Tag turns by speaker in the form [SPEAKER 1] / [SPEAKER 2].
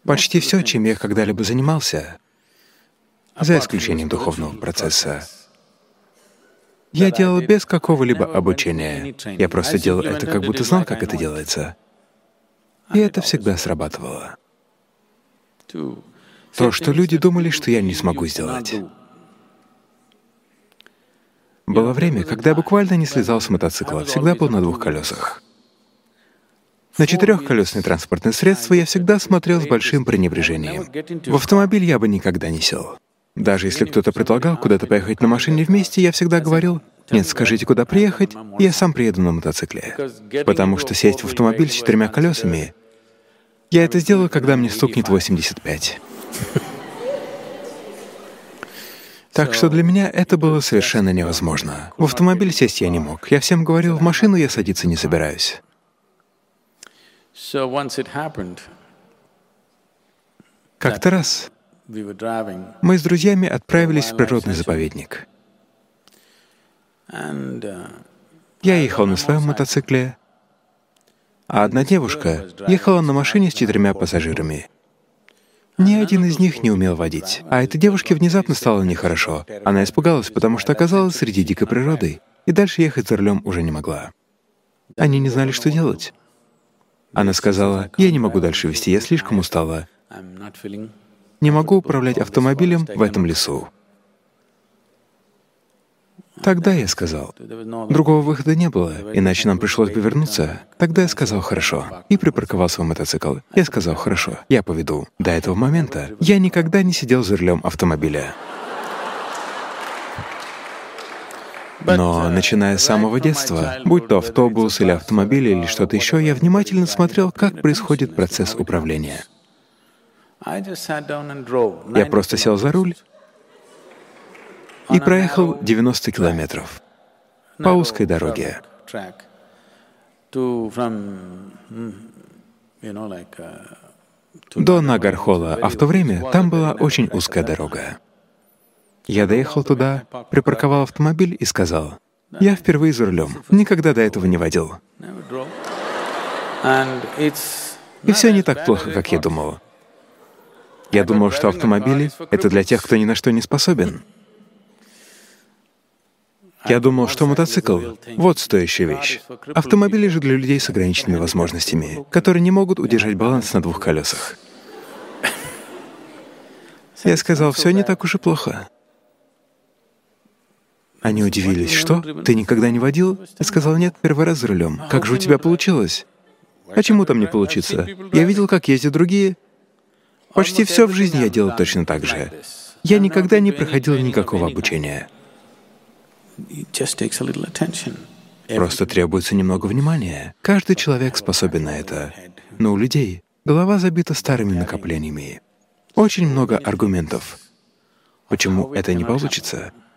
[SPEAKER 1] Почти все, чем я когда-либо занимался, за исключением духовного процесса, я делал без какого-либо обучения. Я просто делал это, как будто знал, как это делается. И это всегда срабатывало. То, что люди думали, что я не смогу сделать. Было время, когда я буквально не слезал с мотоцикла, всегда был на двух колесах. На четырехколесные транспортные средства я всегда смотрел с большим пренебрежением. В автомобиль я бы никогда не сел. Даже если кто-то предлагал куда-то поехать на машине вместе, я всегда говорил: «Нет, скажите, куда приехать, и я сам приеду на мотоцикле». Потому что сесть в автомобиль с четырьмя колесами — я это сделаю, когда мне стукнет 85. Так что для меня это было совершенно невозможно. В автомобиль сесть я не мог. Я всем говорил: в машину я садиться не собираюсь. Как-то раз мы с друзьями отправились в природный заповедник. Я ехал на своем мотоцикле, а одна девушка ехала на машине с 4 пассажирами. Ни один из них не умел водить. А этой девушке внезапно стало нехорошо. Она испугалась, потому что оказалась среди дикой природы, и дальше ехать за рулем уже не могла. Они не знали, что делать. Она сказала: «Я не могу дальше вести, я слишком устала. Не могу управлять автомобилем в этом лесу». Тогда я сказал, другого выхода не было, иначе нам пришлось бы вернуться. Тогда я сказал: «Хорошо», и припарковал свой мотоцикл. Я сказал: «Хорошо, я поведу». До этого момента я никогда не сидел за рулем автомобиля. Но, начиная с самого детства, будь то автобус или автомобиль или что-то еще, я внимательно смотрел, как происходит процесс управления. Я просто сел за руль и проехал 90 километров по узкой дороге. До Нагархола, а в то время там была очень узкая дорога. Я доехал туда, припарковал автомобиль и сказал: «Я впервые за рулем, никогда до этого не водил». И все не так плохо, как я думал. Я думал, что автомобили — это для тех, кто ни на что не способен. Я думал, что мотоцикл — вот стоящая вещь. Автомобили же для людей с ограниченными возможностями, которые не могут удержать баланс на двух колесах. Я сказал: «Все не так уж и плохо». Они удивились: «Что? Ты никогда не водил?» Я сказал: «Нет, первый раз за рулем». «Как же у тебя получилось?» «А чему там не получится? Я видел, как ездят другие. Почти все в жизни я делал точно так же. Я никогда не проходил никакого обучения. Просто требуется немного внимания. Каждый человек способен на это. Но у людей голова забита старыми накоплениями. Очень много аргументов, почему это не получится.